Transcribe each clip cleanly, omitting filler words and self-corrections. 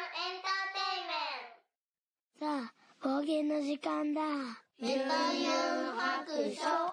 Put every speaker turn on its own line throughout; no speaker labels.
さあ、方言の時間だ。
ゆうゆう白書。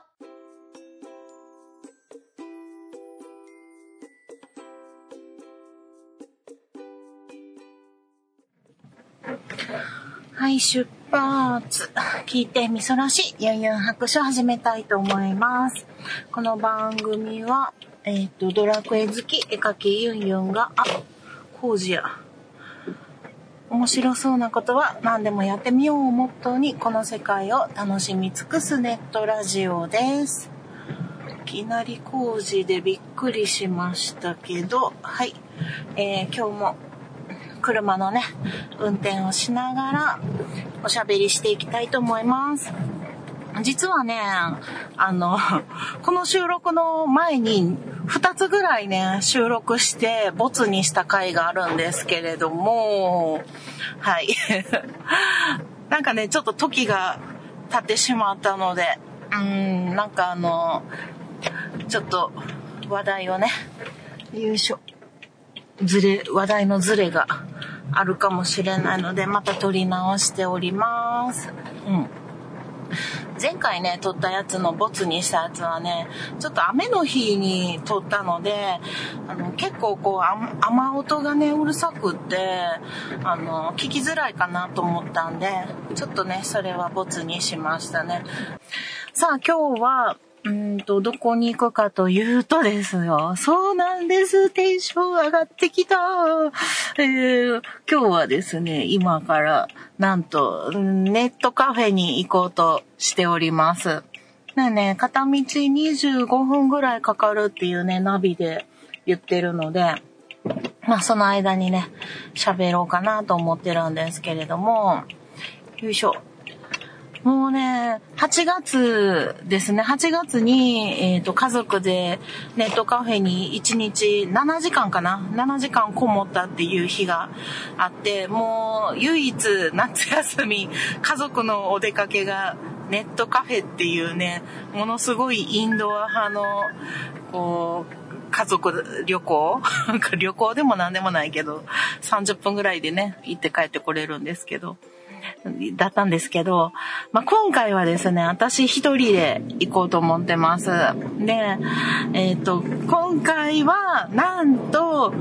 はい、出発。聞いてみそらしいゆんゆん白書始めたいと思います。この番組は、ドラクエ好き絵描きゆんゆんが、工事や。面白そうなことは何でもやってみようをモットーに、この世界を楽しみ尽くすネットラジオです。いきなり工事でびっくりしましたけど、はい。今日も車のね、運転をしながらおしゃべりしていきたいと思います。実はね、この収録の前に2つぐらいね、収録してボツにした回があるんですけれども、はい。なんかね、ちょっと時が経ってしまったので、なんかちょっと話題をね、よいしょ。話題のズレがあるかもしれないので、また撮り直しております。前回ね、撮ったやつのボツにしたやつはね、ちょっと雨の日に撮ったので、結構こう、雨音がね、うるさくって、聞きづらいかなと思ったんで、ちょっとね、それはボツにしましたね。さあ、今日は、どこに行くかというとですよ。そうなんです。テンション上がってきた。今日はですね、今からなんとネットカフェに行こうとしております。ね、片道25分ぐらいかかるっていうね、ナビで言ってるので、その間にね、喋ろうかなと思ってるんですけれども、よいしょ。もうね、8月ですね。8月に、家族でネットカフェに1日7時間かな ?7 時間こもったっていう日があって、もう唯一夏休み、家族のお出かけがネットカフェっていうね、ものすごいインドア派の、こう、家族旅行旅行でもなんでもないけど、30分ぐらいでね、行って帰ってこれるんですけど。だったんですけど、今回はですね、私一人で行こうと思ってます。で、今回は、なんと、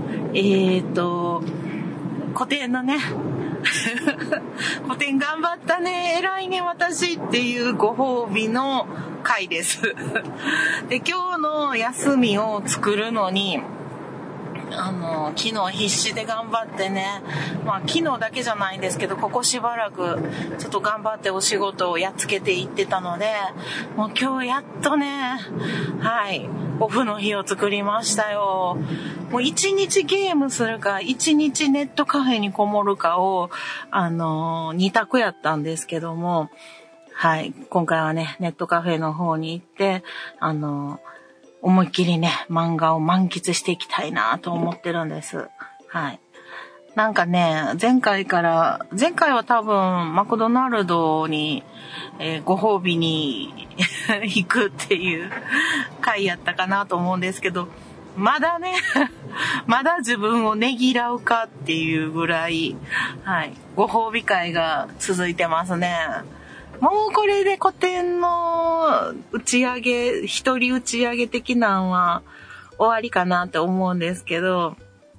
個展のね、個展頑張ったね、偉いね、私っていうご褒美の回です。で、今日の休みを作るのに、昨日必死で頑張ってね、昨日だけじゃないんですけど、ここしばらくちょっと頑張ってお仕事をやっつけていってたので、もう今日やっとね、はい、オフの日を作りましたよ。もう一日ゲームするか、一日ネットカフェにこもるかを、二択やったんですけども、はい、今回はね、ネットカフェの方に行って、思いっきりね、漫画を満喫していきたいなと思ってるんです。はい。なんかね、前回は多分、マクドナルドに、ご褒美に行くっていう回やったかなと思うんですけど、まだね、まだ自分をねぎらうかっていうぐらい、はい、ご褒美会が続いてますね。もうこれで個展の一人打ち上げ的なんは終わりかなって思うんですけど、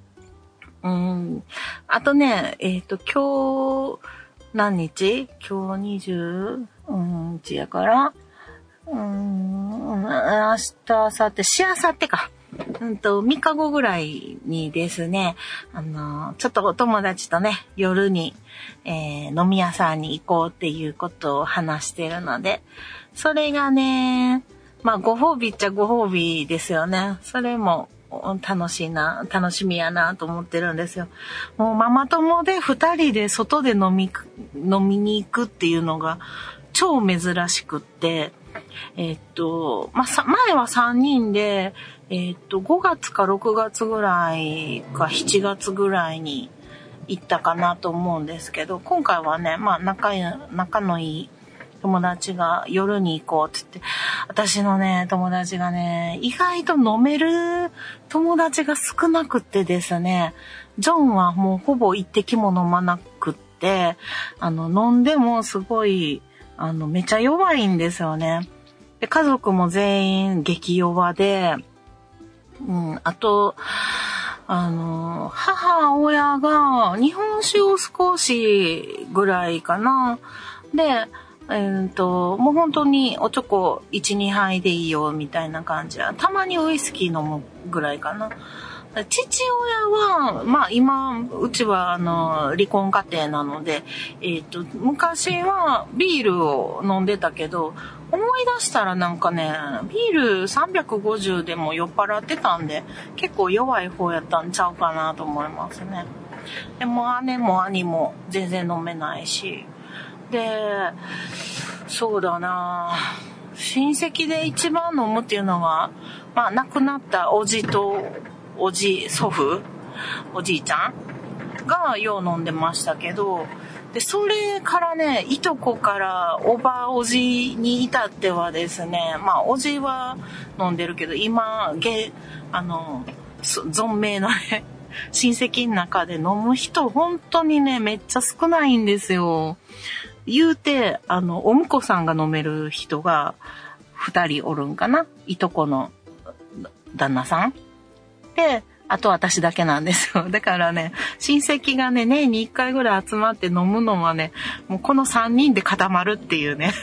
あとね、今日何日？今日20日やから、明日、明後日、しあさってか。3日後ぐらいにですね、ちょっとお友達とね、夜に、飲み屋さんに行こうっていうことを話してるので、それがね、ご褒美っちゃご褒美ですよね。それも楽しみやなと思ってるんですよ。もうママ友で2人で外で飲みに行くっていうのが超珍しくって、前は3人で、5月か6月ぐらいか7月ぐらいに行ったかなと思うんですけど、今回はね、仲のいい友達が夜に行こうって言って、私のね、友達がね、意外と飲める友達が少なくってですね、ジョンはもうほぼ一滴も飲まなくって、飲んでもすごい、めちゃ弱いんですよね。で、家族も全員激弱で、あと、母親が日本酒を少しぐらいかな。で、もう本当におちょこ1、2杯でいいよみたいな感じ。たまにウイスキー飲むぐらいかな。父親は、まあ今、うちは離婚家庭なので、昔はビールを飲んでたけど、思い出したらなんかね、ビール350でも酔っ払ってたんで、結構弱い方やったんちゃうかなと思いますね。でも姉も兄も全然飲めないし。で、そうだな親戚で一番飲むっていうのは、まあ亡くなったおじとおじ、祖父、おじいちゃんがよう飲んでましたけど、で、それからね、いとこからおばおじに至ってはですね、まあ、おじは飲んでるけど、今、存命のね、親戚の中で飲む人、本当にね、めっちゃ少ないんですよ。言うて、お婿さんが飲める人が2人おるんかな、いとこの旦那さん。で、あと私だけなんですよ。だからね、親戚がね、年に1回ぐらい集まって飲むのはね、もうこの3人で固まるっていうね。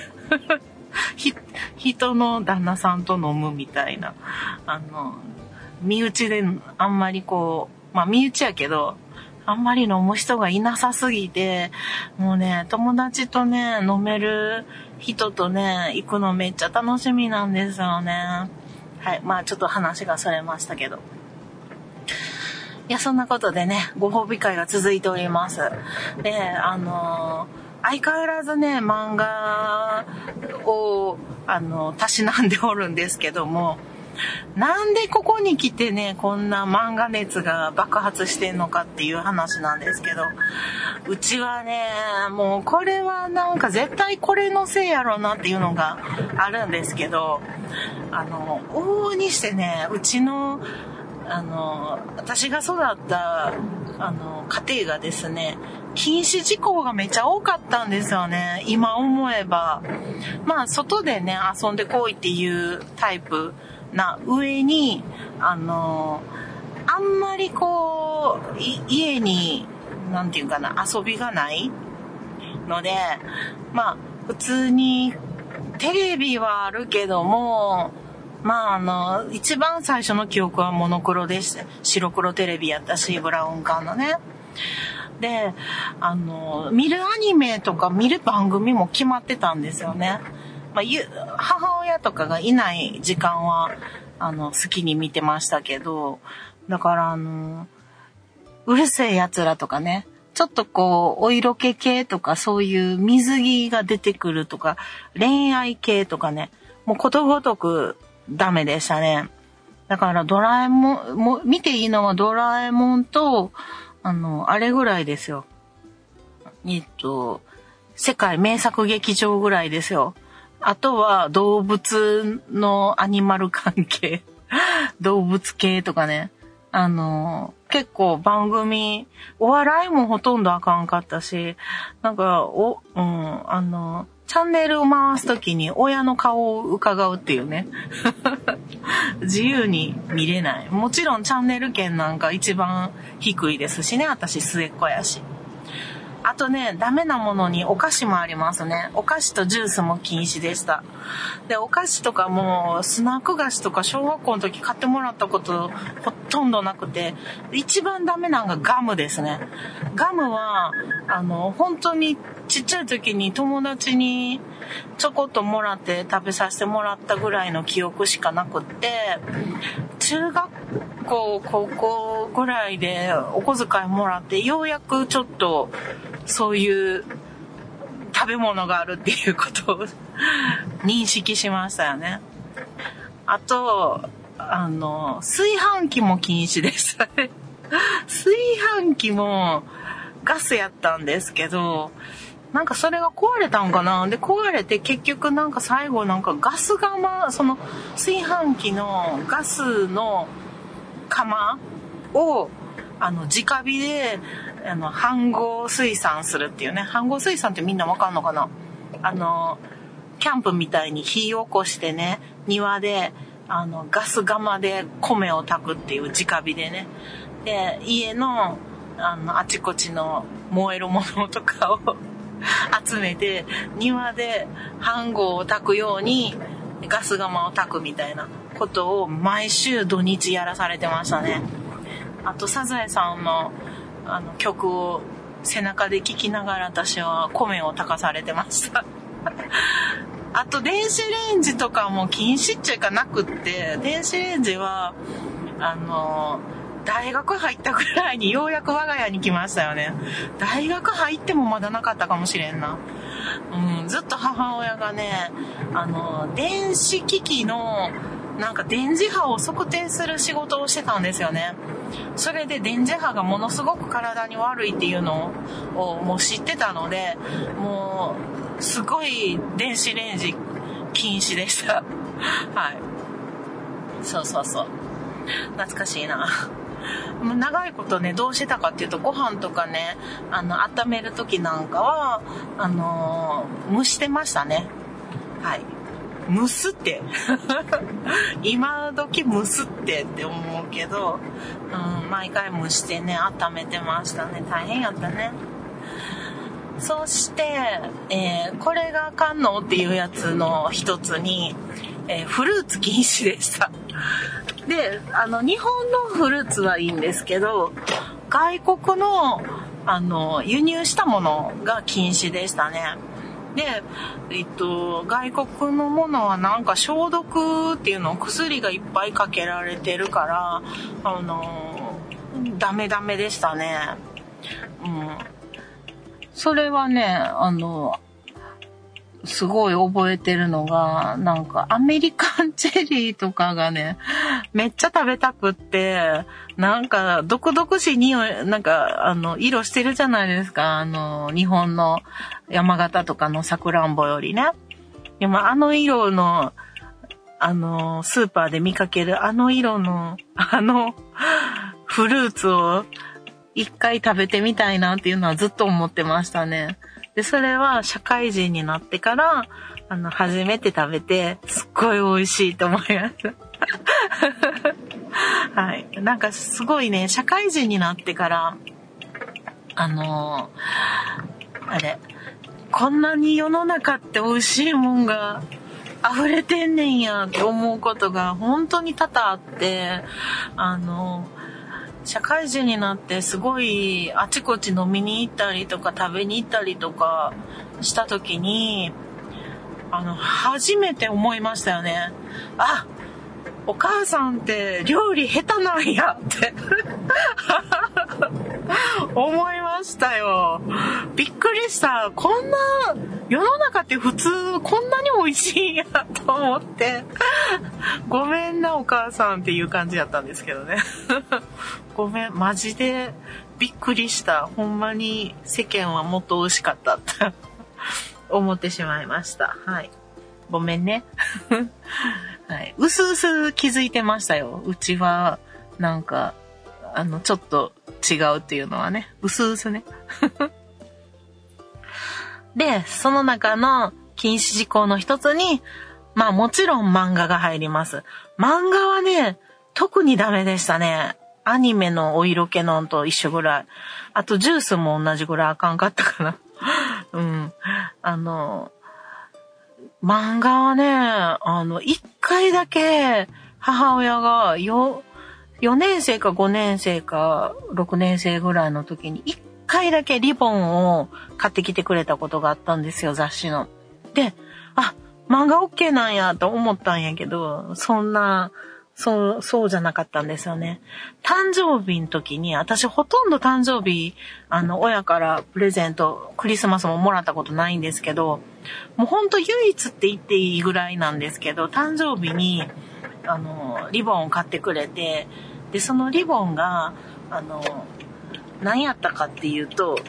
人の旦那さんと飲むみたいな。身内であんまりこう、まあ身内やけど、あんまり飲む人がいなさすぎて、もうね、友達とね、飲める人とね、行くのめっちゃ楽しみなんですよね。はい、まあちょっと話がそれましたけど。いや、そんなことでね、ご褒美会が続いております。で、相変わらずね、漫画を、たしなんでおるんですけども、なんでここに来てね、こんな漫画熱が爆発してんのかっていう話なんですけど、うちはね、もうこれはなんか絶対これのせいやろなっていうのがあるんですけど、往々にしてね、うちの私が育った家庭がですね、禁止事項がめちゃ多かったんですよね。今思えば、まあ外でね遊んでこいっていうタイプな上にあんまりこう家になんていうかな遊びがないので、まあ普通にテレビはあるけども。まあ一番最初の記憶はモノクロでした。白黒テレビやったし、ブラウン管のね。で、見るアニメとか見る番組も決まってたんですよね。まあ、母親とかがいない時間は、好きに見てましたけど、だからうるせえ奴らとかね、ちょっとこう、お色気系とかそういう水着が出てくるとか、恋愛系とかね、もうことごとく、ダメでしたね。だからドラえもん、も見ていいのはドラえもんと、あれぐらいですよ。世界名作劇場ぐらいですよ。あとは動物のアニマル関係、動物系とかね。結構番組、お笑いもほとんどあかんかったし、なんか、チャンネルを回すときに親の顔を伺うっていうね。自由に見れない。もちろんチャンネル権なんか一番低いですしね。私末っ子やし。あとね、ダメなものにお菓子もありますね。お菓子とジュースも禁止でした。で、お菓子とかもスナック菓子とか小学校の時買ってもらったことほとんどなくて、一番ダメなのがガムですね。ガムは本当にちっちゃい時に友達にちょこっともらって食べさせてもらったぐらいの記憶しかなくって、中学校高校ぐらいでお小遣いもらってようやくちょっとそういう食べ物があるっていうことを認識しましたよね。あと炊飯器も禁止でしたね。炊飯器もガスやったんですけど、 なんかそれが壊れたんかな。で、壊れて結局なんか最後なんかガス釜、その炊飯器のガスの釜を、直火で、飯合水産するっていうね。飯合水産ってみんなわかんのかな？キャンプみたいに火を起こしてね、庭で、ガス釜で米を炊くっていう直火でね。で、家の、あちこちの燃えるものとかを集めて、庭で飯合を炊くようにガス釜を炊くみたいなことを毎週土日やらされてましたね。あと、サザエさんの、曲を背中で聴きながら私は米を炊かされてました。あと、電子レンジとかも禁止っちゃいかなくって、電子レンジは、大学入ったぐらいにようやく我が家に来ましたよね。大学入ってもまだなかったかもしれんな。ずっと母親がね、電子機器の、なんか電磁波を測定する仕事をしてたんですよね。それで電磁波がものすごく体に悪いっていうのをもう知ってたので、もうすごい電子レンジ禁止でした。はい。そう。懐かしいな。長いことね、どうしてたかっていうと、ご飯とかね、温める時なんかは、蒸してましたね。はい。蒸すって今時蒸すって思うけど、毎回蒸してね、温めてましたね。大変やったね。そして、これがあかんのっていうやつの一つに、フルーツ禁止でした。で、日本のフルーツはいいんですけど、外国の、輸入したものが禁止でしたね。で、外国のものはなんか消毒っていうのを薬がいっぱいかけられてるから、ダメでしたね。それはね、すごい覚えてるのが、なんかアメリカンチェリーとかがね、めっちゃ食べたくって、なんか毒々しい匂い、なんか色してるじゃないですか、日本の山形とかのさくらんぼよりね。でも色の、スーパーで見かける色の、フルーツを一回食べてみたいなっていうのはずっと思ってましたね。で、それは社会人になってから、初めて食べて、すっごい美味しいと思いました。はい。なんかすごいね、社会人になってから、こんなに世の中って美味しいもんが溢れてんねんやって思うことが本当に多々あって、社会人になってすごいあちこち飲みに行ったりとか食べに行ったりとかした時に、初めて思いましたよね。あ、お母さんって料理下手なんやって思いましたよ。びっくりした。こんな世の中って普通こんなに美味しいんやと思ってごめんなお母さんっていう感じだったんですけどねごめん、マジでびっくりした。ほんまに世間はもっと美味しかったって思ってしまいました。はい、ごめんねはい、うすうす気づいてましたよ。うちはなんかちょっと違うっていうのはね、うすうすねで、その中の禁止事項の一つに、まあもちろん漫画が入ります。漫画はね、特にダメでしたね。アニメのお色気のんと一緒ぐらい。あとジュースも同じぐらいあかんかったかな。漫画はね、一回だけ母親が4年生か5年生か6年生ぐらいの時に一回だけリボンを買ってきてくれたことがあったんですよ、雑誌の。で、漫画 OK なんやと思ったんやけど、そうじゃなかったんですよね。誕生日の時に、私ほとんど誕生日、親からプレゼント、クリスマスももらったことないんですけど、もうほんと唯一って言っていいぐらいなんですけど、誕生日に、リボンを買ってくれて、で、そのリボンが、何やったかっていうと、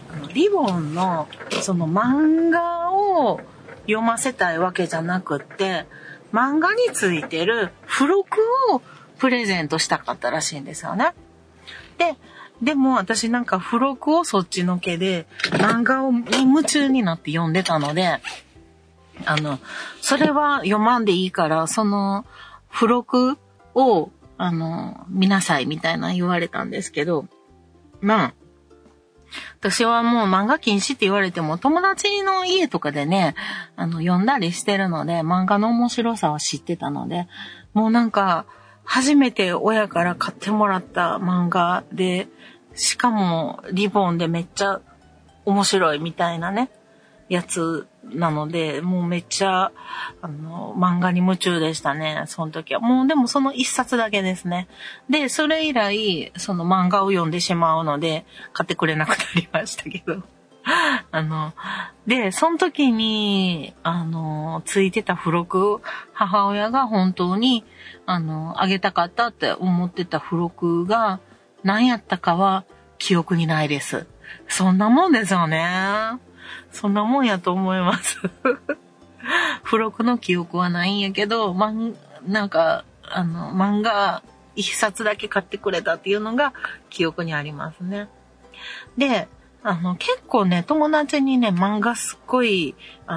リボンのその漫画を読ませたいわけじゃなくって、漫画についてる付録をプレゼントしたかったらしいんですよね。でも私なんか付録をそっちのけで漫画に夢中になって読んでたので、それは読まんでいいから、その付録を見なさいみたいな言われたんですけど、まあ、私はもう漫画禁止って言われても友達の家とかでね、読んだりしてるので、漫画の面白さは知ってたので、もうなんか、初めて親から買ってもらった漫画で、しかもリボンでめっちゃ面白いみたいなね、やつなので、もうめっちゃ、漫画に夢中でしたね、その時は。もうでもその一冊だけですね。で、それ以来、その漫画を読んでしまうので、買ってくれなくなりましたけど。で、その時に、ついてた付録、母親が本当に、あげたかったって思ってた付録が、何やったかは記憶にないです。そんなもんですよね。そんなもんやと思います。付録の記憶はないんやけど、なんか、漫画一冊だけ買ってくれたっていうのが記憶にありますね。で、結構ね、友達にね、漫画すっごい、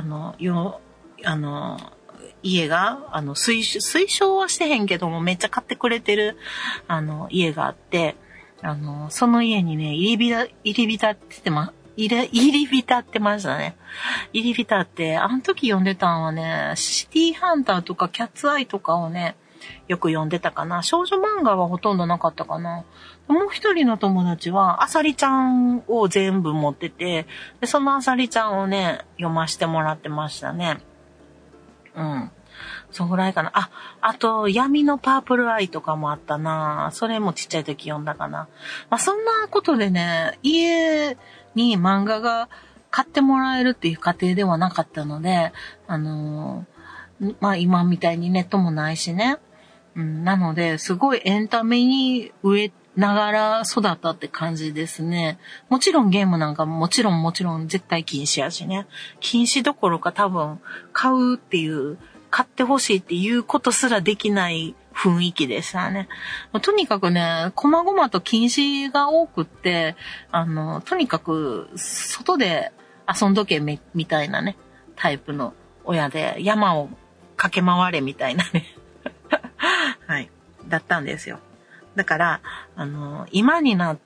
家が、推奨はしてへんけども、めっちゃ買ってくれてる、家があって、その家にね、入り浸ってましたね。入り浸って、あの時読んでたんはね、シティハンターとかキャッツアイとかをね、よく読んでたかな。少女漫画はほとんどなかったかな。もう一人の友達は、あさりちゃんを全部持ってて、でそのあさりちゃんをね、読ませてもらってましたね。うん。そのぐらいかな。あと、闇のパープルアイとかもあったな。それもちっちゃい時読んだかな。まあ、そんなことでね、家に漫画が買ってもらえるっていう家庭ではなかったので、まあ、今みたいにネットもないしね。うん、なので、すごいエンタメに植えながら育ったって感じですね。もちろんゲームなんかもちろん絶対禁止やしね。禁止どころか多分買ってほしいっていうことすらできない雰囲気でしたね。とにかくね、細々と禁止が多くって、とにかく外で遊んどけみたいなね、タイプの親で山を駆け回れみたいなね。はい。だったんですよ。だから、今になって、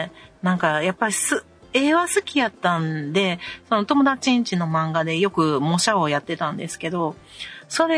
なんか、やっぱり絵は好きやったんで、その友達ん家の漫画でよく模写をやってたんですけど、そう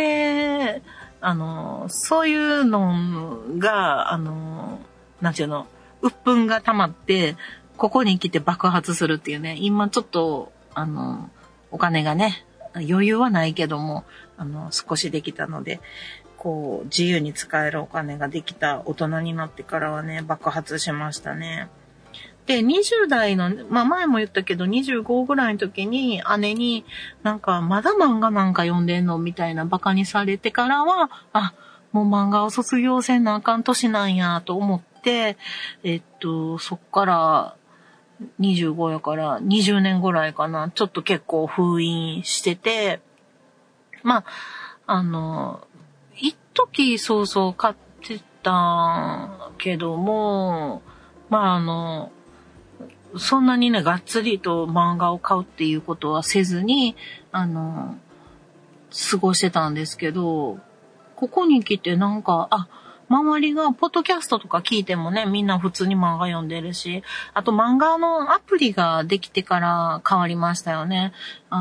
いうのが、なんていうの、鬱憤が溜まって、ここに来て爆発するっていうね、今ちょっと、お金がね、余裕はないけども、少しできたので、こう、自由に使えるお金ができた大人になってからはね、爆発しましたね。で、20代の、まあ前も言ったけど、25ぐらいの時に姉に、なんか、まだ漫画なんか読んでんのみたいなバカにされてからは、もう漫画を卒業せんなあかん年なんやと思って、そっから25やから20年ぐらいかな、ちょっと結構封印してて、まあ、一時そうそう買ってたけども、まあそんなにね、がっつりと漫画を買うっていうことはせずに、過ごしてたんですけど、ここに来てなんか、周りが、ポッドキャストとか聞いてもね、みんな普通に漫画読んでるし、あと漫画のアプリができてから変わりましたよね。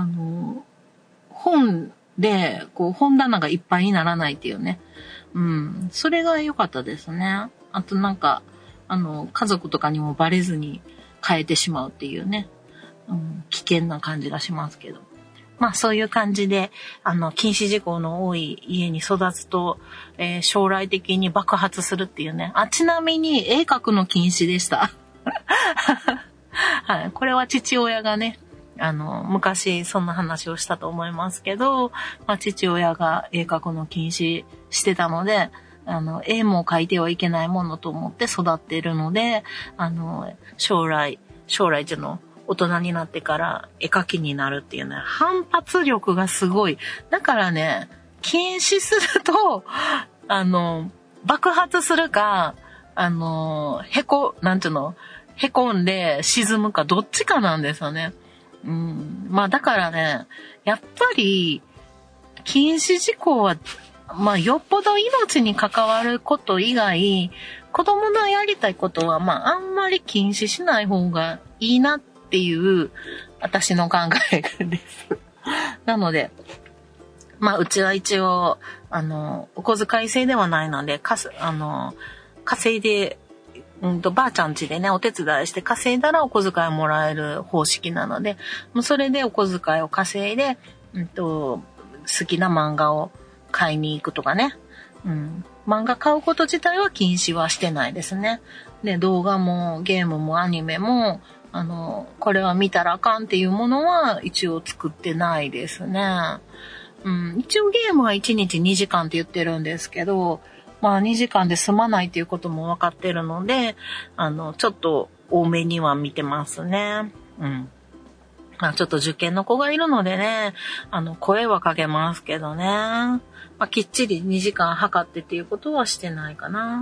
本で、こう、本棚がいっぱいにならないっていうね。うん。それが良かったですね。あとなんか、家族とかにもバレずに変えてしまうっていうね。うん、危険な感じがしますけど。まあそういう感じで、禁止事項の多い家に育つと、将来的に爆発するっていうね。ちなみに絵描くの禁止でした。はい。これは父親がね、昔そんな話をしたと思いますけど、まあ父親が絵描くの禁止してたので、絵も描いてはいけないものと思って育っているので、将来っていうの、 大人になってから絵描きになるっていうね、反発力がすごい。だからね、禁止すると、爆発するか、なんていうの、へこんで沈むかどっちかなんですよね。まあだからね、やっぱり、禁止事項は、まあよっぽど命に関わること以外、子供のやりたいことは、まああんまり禁止しない方がいいなっていう、私の考えです。なので、まあうちは一応、お小遣い制ではないので、稼いで、ばあちゃん家でね、お手伝いして稼いだらお小遣いもらえる方式なので、もうそれでお小遣いを稼いで、好きな漫画を買いに行くとかね。漫画買うこと自体は禁止はしてないですね。で、動画もゲームもアニメも、これは見たらあかんっていうものは一応作ってないですね。一応ゲームは1日2時間って言ってるんですけど、まあ2時間で済まないっていうことも分かってるので、ちょっと多めには見てますね。まあちょっと受験の子がいるのでね、声はかけますけどね。まあきっちり2時間測ってっていうことはしてないかな。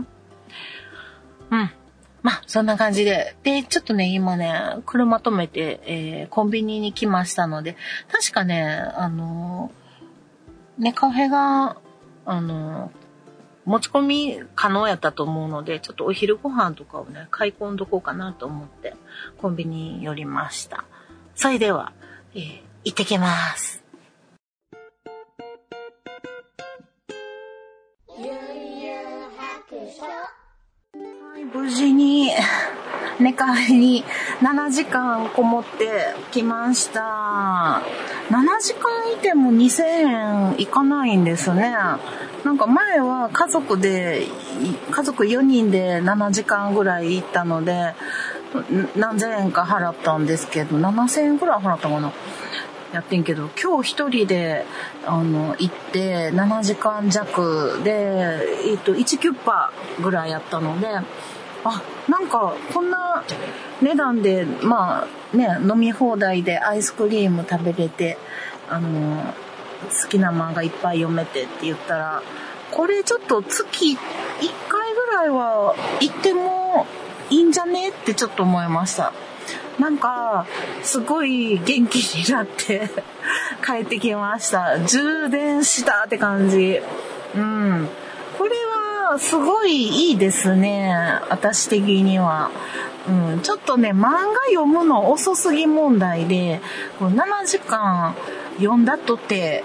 まあそんな感じで。で、ちょっとね、今ね、車止めて、コンビニに来ましたので、確かね、カフェが、持ち込み可能やったと思うので、ちょっとお昼ご飯とかをね、買い込んどこうかなと思って、コンビニに寄りました。それでは、行ってきます。無事に寝カフェに7時間こもってきました。7時間いても2000円いかないんですね。なんか前は家族4人で7時間ぐらい行ったので、何千円か払ったんですけど、7000円ぐらい払ったかな。やってんけど、今日一人で行って7時間弱で1キュッパぐらいやったので、なんかこんな値段でまあね、飲み放題でアイスクリーム食べれて好きな漫画いっぱい読めてって言ったら、これちょっと月1回ぐらいは行ってもいいんじゃねってちょっと思いました。なんかすごい元気になって帰ってきました。充電したって感じ。これはすごいいいですね、私的には。ちょっとね、漫画読むの遅すぎ問題で、7時間読んだとて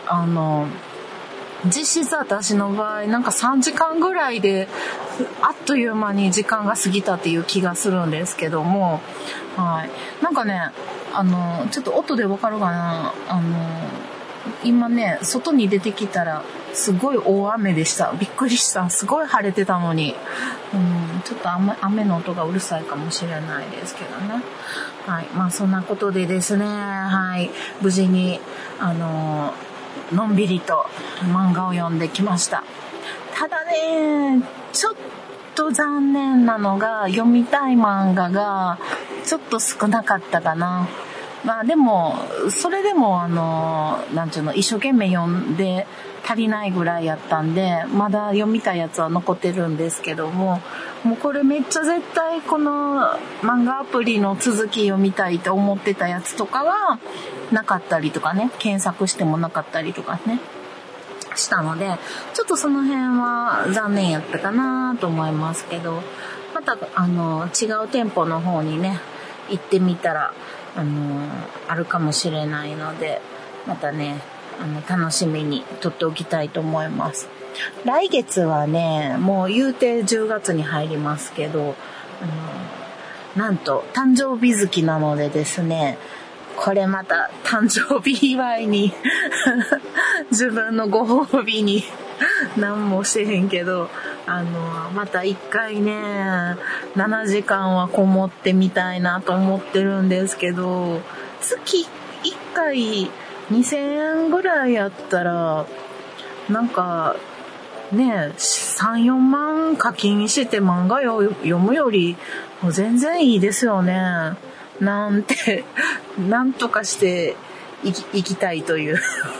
実質私の場合なんか3時間ぐらいであっという間に時間が過ぎたっていう気がするんですけども、はい。なんかね、ちょっと音でわかるかな、今ね、外に出てきたらすごい大雨でした。びっくりした。すごい晴れてたのに、ちょっと雨の音がうるさいかもしれないですけどね。はい。まあそんなことでですね、はい。無事にのんびりと漫画を読んできました。ただね、ちょっと残念なのが、読みたい漫画がちょっと少なかったかな。まあでもそれでもなんていうの、一生懸命読んで足りないぐらいやったんで、まだ読みたいやつは残ってるんですけども、もうこれめっちゃ絶対この漫画アプリの続き読みたいと思ってたやつとかはなかったりとかね、検索してもなかったりとかねしたので、ちょっとその辺は残念やったかなと思いますけど、また違う店舗の方にね行ってみたらあるかもしれないので、またね楽しみに撮っておきたいと思います。来月はね、もう言うて10月に入りますけど、なんと誕生日月なのでですね、これまた誕生日祝いに自分のご褒美に何もしてへんけど、また一回ね7時間はこもってみたいなと思ってるんですけど、月1回2000円ぐらいやったらなんかね 3,4 万課金して漫画を読むよりもう全然いいですよね。 なんて、なんとかして生きたいという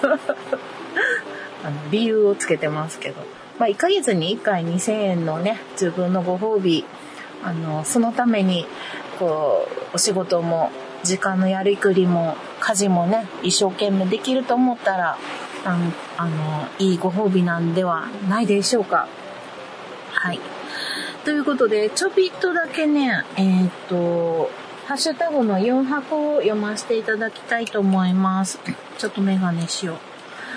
理由をつけてますけど。1ヶ月に1回2000円のね、自分のご褒美、そのために、お仕事も、時間のやりくりも、家事もね、一生懸命できると思ったら、いいご褒美なんではないでしょうか。はい。ということで、ちょびっとだけね、ハッシュタグの4箱を読ませていただきたいと思います。ちょっとメガネしよう。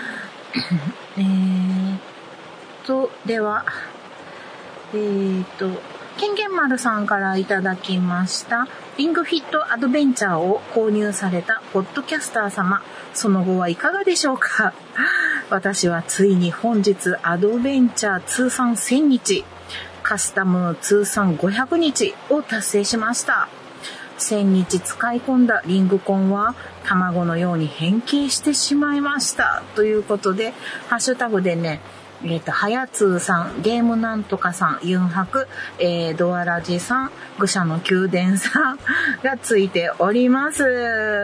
では、ケンケン丸さんからいただきました。リングフィットアドベンチャーを購入されたポッドキャスター様、その後はいかがでしょうか？私はついに本日アドベンチャー通算1000日、カスタム通算500日を達成しました。1000日使い込んだリングコンは卵のように変形してしまいました。ということで、ハッシュタグでね、はやつーさん、ゲームなんとかさん、ユンハク、ドアラジさん、愚者の宮殿さんがついております。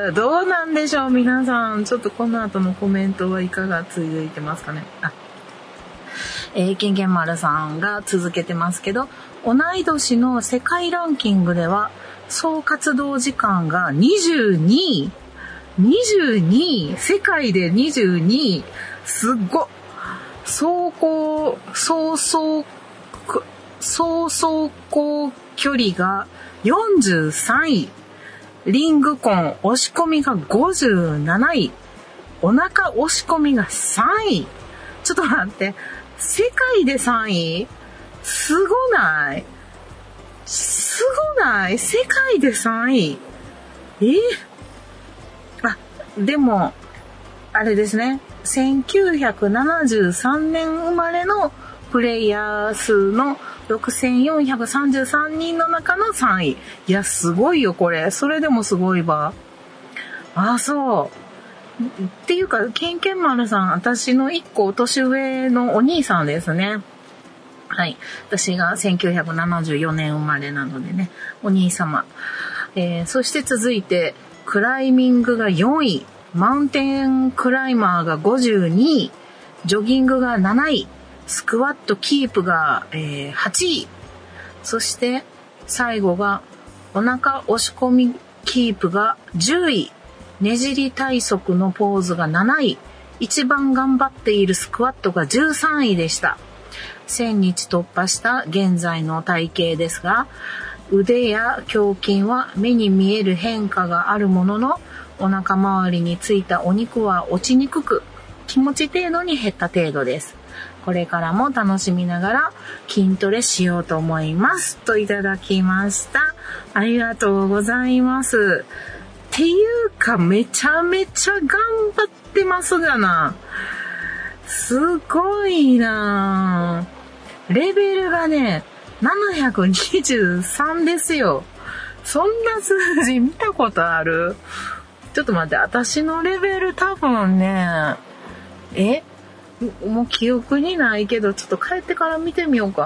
どうなんでしょう皆さん。ちょっとこの後のコメントはいかが続いてますかね。ケンケン丸さんが続けてますけど、同い年の世界ランキングでは、総活動時間が22位、世界で22位、すっごっ。走行距離が43位、リングコン押し込みが57位、お腹押し込みが3位。ちょっと待って、世界で3位？すごない？世界で3位。でも、あれですね。1973年生まれのプレイヤー数の6433人の中の3位。いや、すごいよ、これ。それでもすごいわ。そう。っていうか、ケンケン丸さん、私の1個年上のお兄さんですね。はい。私が1974年生まれなのでね、お兄様。そして続いて、クライミングが4位。マウンテンクライマーが52位、ジョギングが7位、スクワットキープが、8位、そして最後がお腹押し込みキープが10位、ねじり体側のポーズが7位、一番頑張っているスクワットが13位でした。1000日突破した現在の体型ですが、腕や胸筋は目に見える変化があるものの、お腹周りについたお肉は落ちにくく、気持ち程度に減った程度です。これからも楽しみながら筋トレしようと思います。といただきました。ありがとうございます。っていうか、めちゃめちゃ頑張ってますがな。すごいな。レベルがね、723ですよ。そんな数字見たことある？ちょっと待って、私のレベル多分ね、もう記憶にないけど、ちょっと帰ってから見てみようか。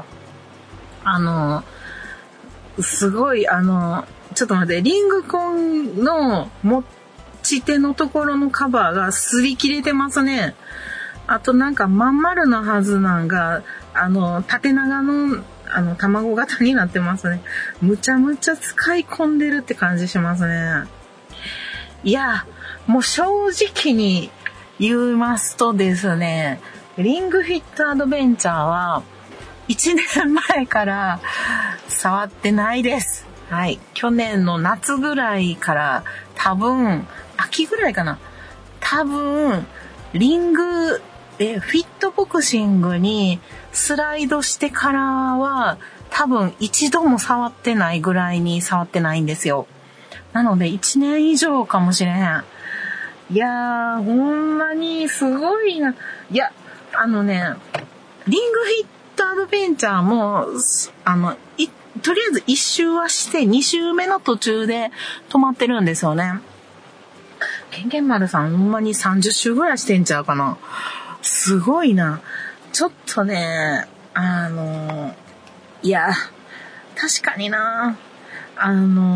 すごい、ちょっと待って、リングコンの持ち手のところのカバーが擦り切れてますね。あとなんかまん丸のはずなんが、縦長の、卵型になってますね。むちゃむちゃ使い込んでるって感じしますね。いや、もう正直に言いますとですね、リングフィットアドベンチャーは1年前から触ってないです。はい。去年の夏ぐらいから多分、秋ぐらいかな。多分、リング、フィットボクシングにスライドしてからは多分一度も触ってないぐらいに触ってないんですよ。なので1年以上かもしれへん。いやー、ほんまにすごいな。いや、リングフィットアドベンチャーも、とりあえず1周はして2周目の途中で止まってるんですよね。ケンケン丸さんほんまに30周ぐらいしてんちゃうかな。すごいな。ちょっとね、いや、確かにな。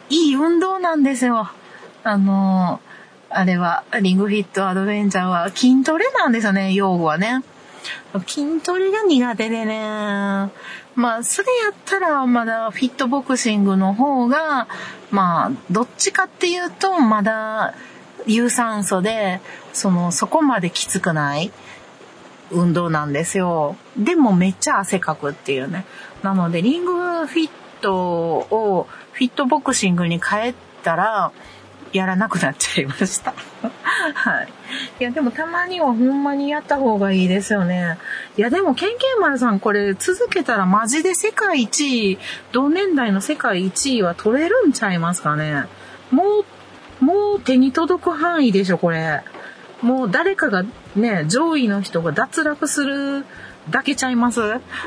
いい運動なんですよ。あれは、リングフィットアドベンチャーは筋トレなんですよね、用語はね。筋トレが苦手でね。まあ、それやったらまだフィットボクシングの方が、まあ、どっちかっていうと、まだ有酸素で、そこまできつくない運動なんですよ。でもめっちゃ汗かくっていうね。なので、リングフィットをフィットボクシングに変えたら、やらなくなっちゃいました。はい。いや、でもたまにはほんまにやった方がいいですよね。いや、でも、ケンケン丸さんこれ続けたらマジで世界一位、同年代の世界一位は取れるんちゃいますかね。もう手に届く範囲でしょ、これ。もう誰かがね、上位の人が脱落するだけちゃいます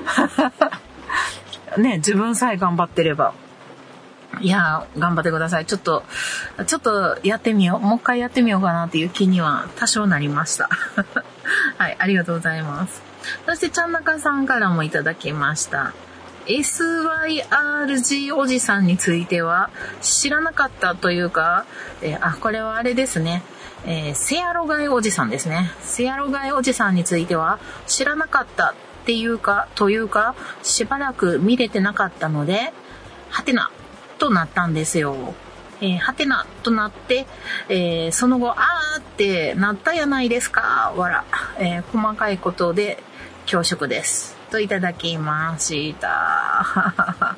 ね、自分さえ頑張ってれば。いやー、頑張ってください。ちょっとやってみよう。もう一回やってみようかなっていう気には多少なりました。はい、ありがとうございます。そして、ちゃんなかさんからもいただきました。SYRG おじさんについては知らなかったというか、これはあれですね。セアロガイおじさんですね。セアロガイおじさんについては知らなかったっていうか、しばらく見れてなかったので、はてな。となったんですよ。はてなとなって、その後、ってなったやないですか。わら。細かいことで恐縮です。といただきました。はい。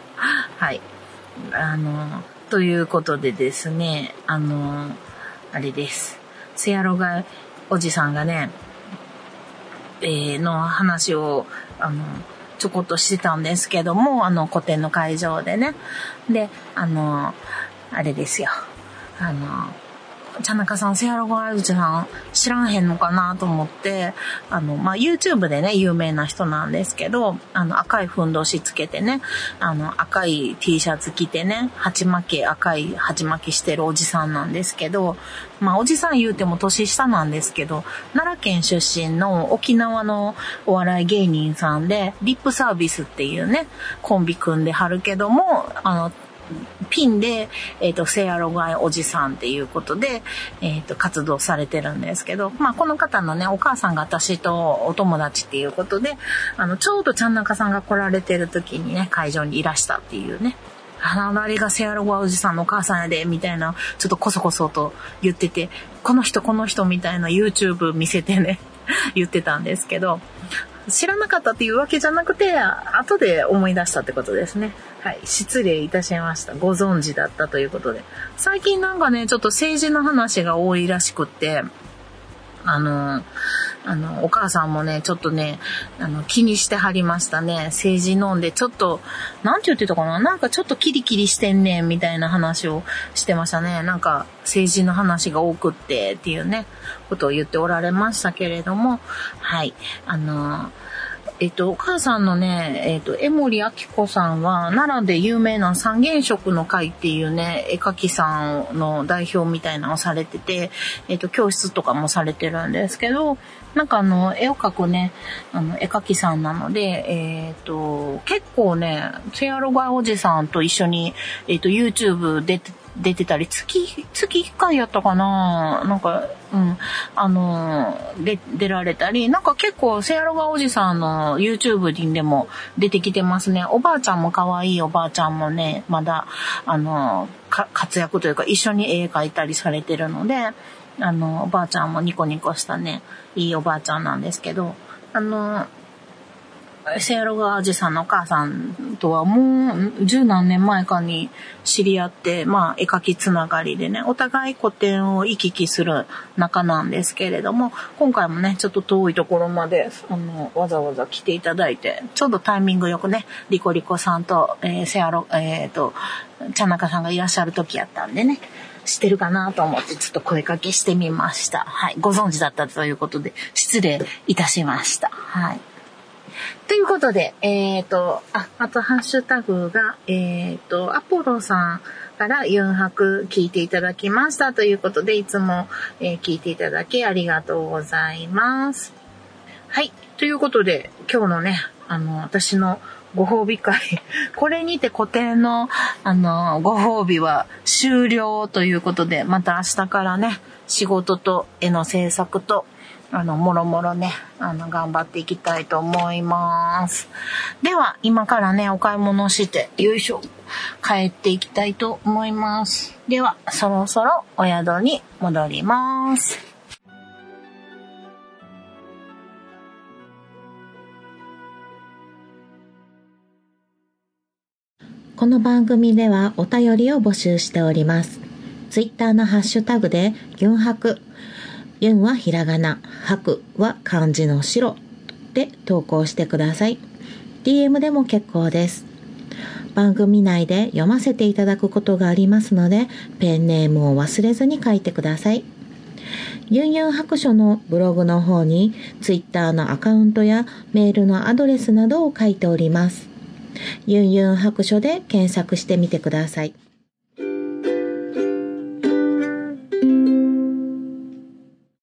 ということでですね、あれです。セアロガおじさんがね、の話を、ちょこっとしてたんですけども、個展の会場でね。で、あれですよ。ちゃなかさん、セアロガイおじさん知らんへんのかなと思って、YouTube でね、有名な人なんですけど、赤いふんどしつけてね、赤い T シャツ着てね、赤い鉢巻きしてるおじさんなんですけど、おじさん言うても年下なんですけど、奈良県出身の沖縄のお笑い芸人さんで、リップサービスっていうね、コンビ組んではるけども、ピンで、セアロガイおじさんっていうことで、活動されてるんですけど、この方のね、お母さんが私とお友達っていうことで、ちょうどちゃんなかさんが来られてる時にね、会場にいらしたっていうね、あれがセアロガイおじさんのお母さんやで、みたいな、ちょっとこそこそと言ってて、この人みたいな YouTube 見せてね、言ってたんですけど、知らなかったっていうわけじゃなくて、後で思い出したってことですね。はい。失礼いたしました。ご存知だったということで。最近なんかね、ちょっと政治の話が多いらしくって、お母さんもね、ちょっとね、気にしてはりましたね。政治飲んで、ちょっと、なんて言ってたかな？なんかちょっとキリキリしてんねん、みたいな話をしてましたね。なんか、政治の話が多くって、っていうね、ことを言っておられましたけれども、はい。お母さんのね、江森明子さんは、奈良で有名な三原色の会っていうね、絵描きさんの代表みたいなのをされてて、教室とかもされてるんですけど、なんか絵を描くね、絵描きさんなので、結構ね、セアロガイおじさんと一緒に、YouTube 出てたり、月1回やったかな、なんか、出られたり、なんか結構セアロガイおじさんの YouTube にでも出てきてますね。おばあちゃんも可愛いおばあちゃんもね、まだ、活躍というか一緒に絵描いたりされてるので、おばあちゃんもニコニコしたね、いいおばあちゃんなんですけど、セアロガイおじさんのお母さんとはもう十何年前かに知り合って、絵描きつながりでね、お互い個展を行き来する仲なんですけれども、今回もね、ちょっと遠いところまで、わざわざ来ていただいて、ちょうどタイミングよくね、リコリコさんと、ちゃなかさんがいらっしゃる時やったんでね、知ってるかなと思ってちょっと声かけしてみました。はい。ご存知だったということで、失礼いたしました。はい。ということで、あとハッシュタグが、アポロさんからユンハク聞いていただきましたということで、いつも、聞いていただきありがとうございます。はい。ということで、今日のね、私のご褒美会。これにて固定の、ご褒美は終了ということで、また明日からね、仕事と絵の制作と、もろもろね、頑張っていきたいと思います。では、今からね、お買い物して、よいしょ、帰っていきたいと思います。では、そろそろお宿に戻ります。この番組ではお便りを募集しております。ツイッターのハッシュタグでユンハク、ユンはひらがな、ハクは漢字の白で投稿してください。DM でも結構です。番組内で読ませていただくことがありますので、ペンネームを忘れずに書いてください。ユンユン白書のブログの方にツイッターのアカウントやメールのアドレスなどを書いております。ユンユン白書で検索してみてください。